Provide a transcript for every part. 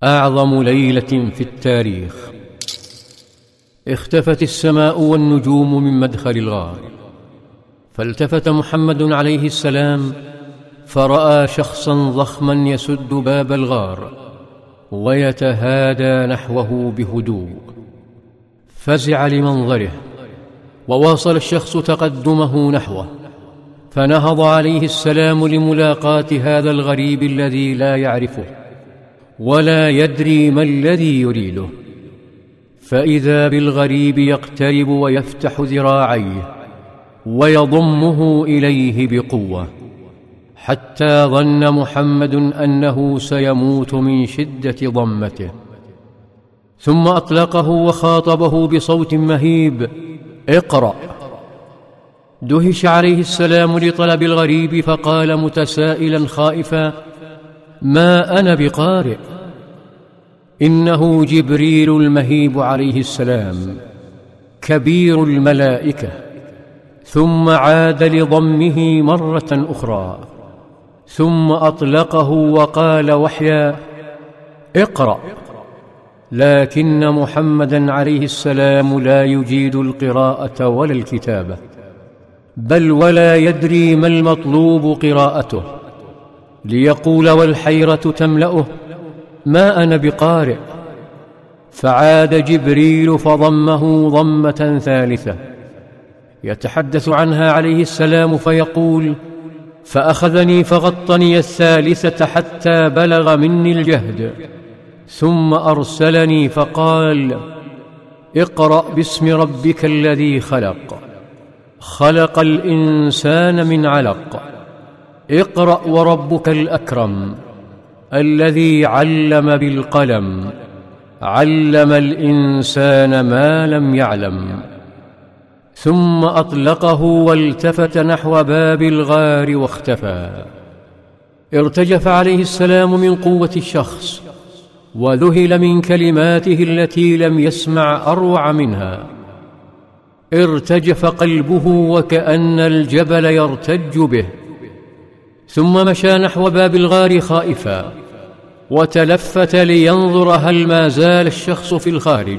أعظم ليلة في التاريخ. اختفت السماء والنجوم من مدخل الغار، فالتفت محمد عليه السلام فرأى شخصا ضخما يسد باب الغار ويتهادى نحوه بهدوء. فزع لمنظره، وواصل الشخص تقدمه نحوه، فنهض عليه السلام لملاقاة هذا الغريب الذي لا يعرفه ولا يدري ما الذي يريده. فإذا بالغريب يقترب ويفتح ذراعيه ويضمه إليه بقوة، حتى ظن محمد أنه سيموت من شدة ضمته، ثم أطلقه وخاطبه بصوت مهيب: اقرأ. دهش عليه السلام لطلب الغريب، فقال متسائلا خائفا: ما أنا بقارئ. إنه جبريل المهيب عليه السلام كبير الملائكة. ثم عاد لضمه مرة أخرى، ثم أطلقه وقال وحيا: اقرأ. لكن محمدا عليه السلام لا يجيد القراءة ولا الكتابة، بل ولا يدري ما المطلوب قراءته، ليقول والحيرة تملأه: ما أنا بقارئ. فعاد جبريل فضمه ضمة ثالثة يتحدث عنها عليه السلام فيقول: فأخذني فغطني الثالثة حتى بلغ مني الجهد، ثم أرسلني فقال: اقرأ باسم ربك الذي خلق، خلق الإنسان من علق، اقرأ وربك الأكرم، الذي علم بالقلم، علم الإنسان ما لم يعلم. ثم أطلقه والتفت نحو باب الغار واختفى. ارتجف عليه السلام من قوة الشخص، وذهل من كلماته التي لم يسمع أروع منها. ارتجف قلبه وكأن الجبل يرتج به، ثم مشى نحو باب الغار خائفا، وتلفت لينظر هل ما زال الشخص في الخارج،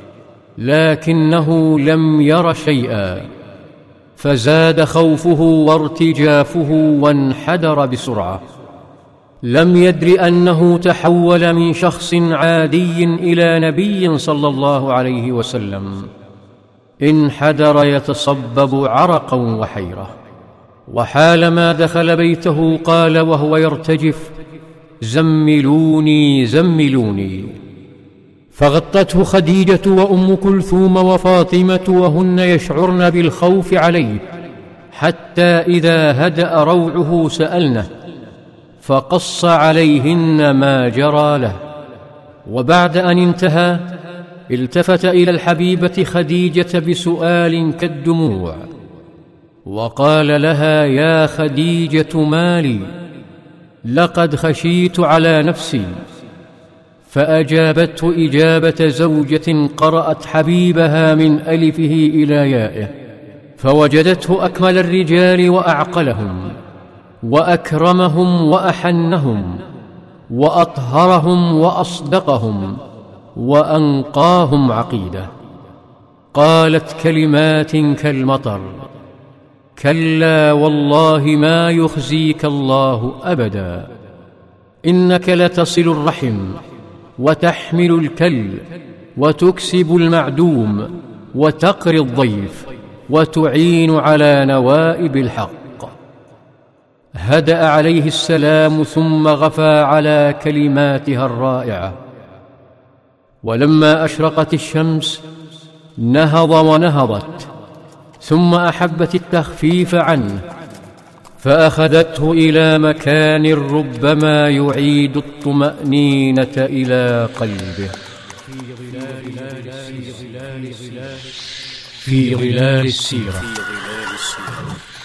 لكنه لم ير شيئا، فزاد خوفه وارتجافه وانحدر بسرعة. لم يدر أنه تحول من شخص عادي إلى نبي صلى الله عليه وسلم. انحدر يتصبب عرقا وحيرة، وحالما دخل بيته قال وهو يرتجف: زملوني زملوني. فغطته خديجة وأم كلثوم وفاطمة وهن يشعرن بالخوف عليه، حتى إذا هدأ روعه سألنه، فقص عليهن ما جرى له. وبعد أن انتهى التفت إلى الحبيبة خديجة بسؤال كالدموع، وقال لها: يا خديجة ما لي؟ لقد خشيت على نفسي. فأجابته إجابة زوجة قرأت حبيبها من ألفه إلى يائه، فوجدته أكمل الرجال وأعقلهم وأكرمهم وأحنهم وأطهرهم وأصدقهم وأنقاهم عقيدة. قالت كلمات كالمطر: كلا والله ما يخزيك الله أبدا، إنك لتصل الرحم وتحمل الكل وتكسب المعدوم وتقري الضيف وتعين على نوائب الحق. هدأ عليه السلام ثم غفى على كلماتها الرائعة. ولما أشرقت الشمس نهض ونهضت، ثم أحبت التخفيف عنه، فأخذته إلى مكان ربما يعيد الطمأنينة إلى قلبه. في ظلال السيرة.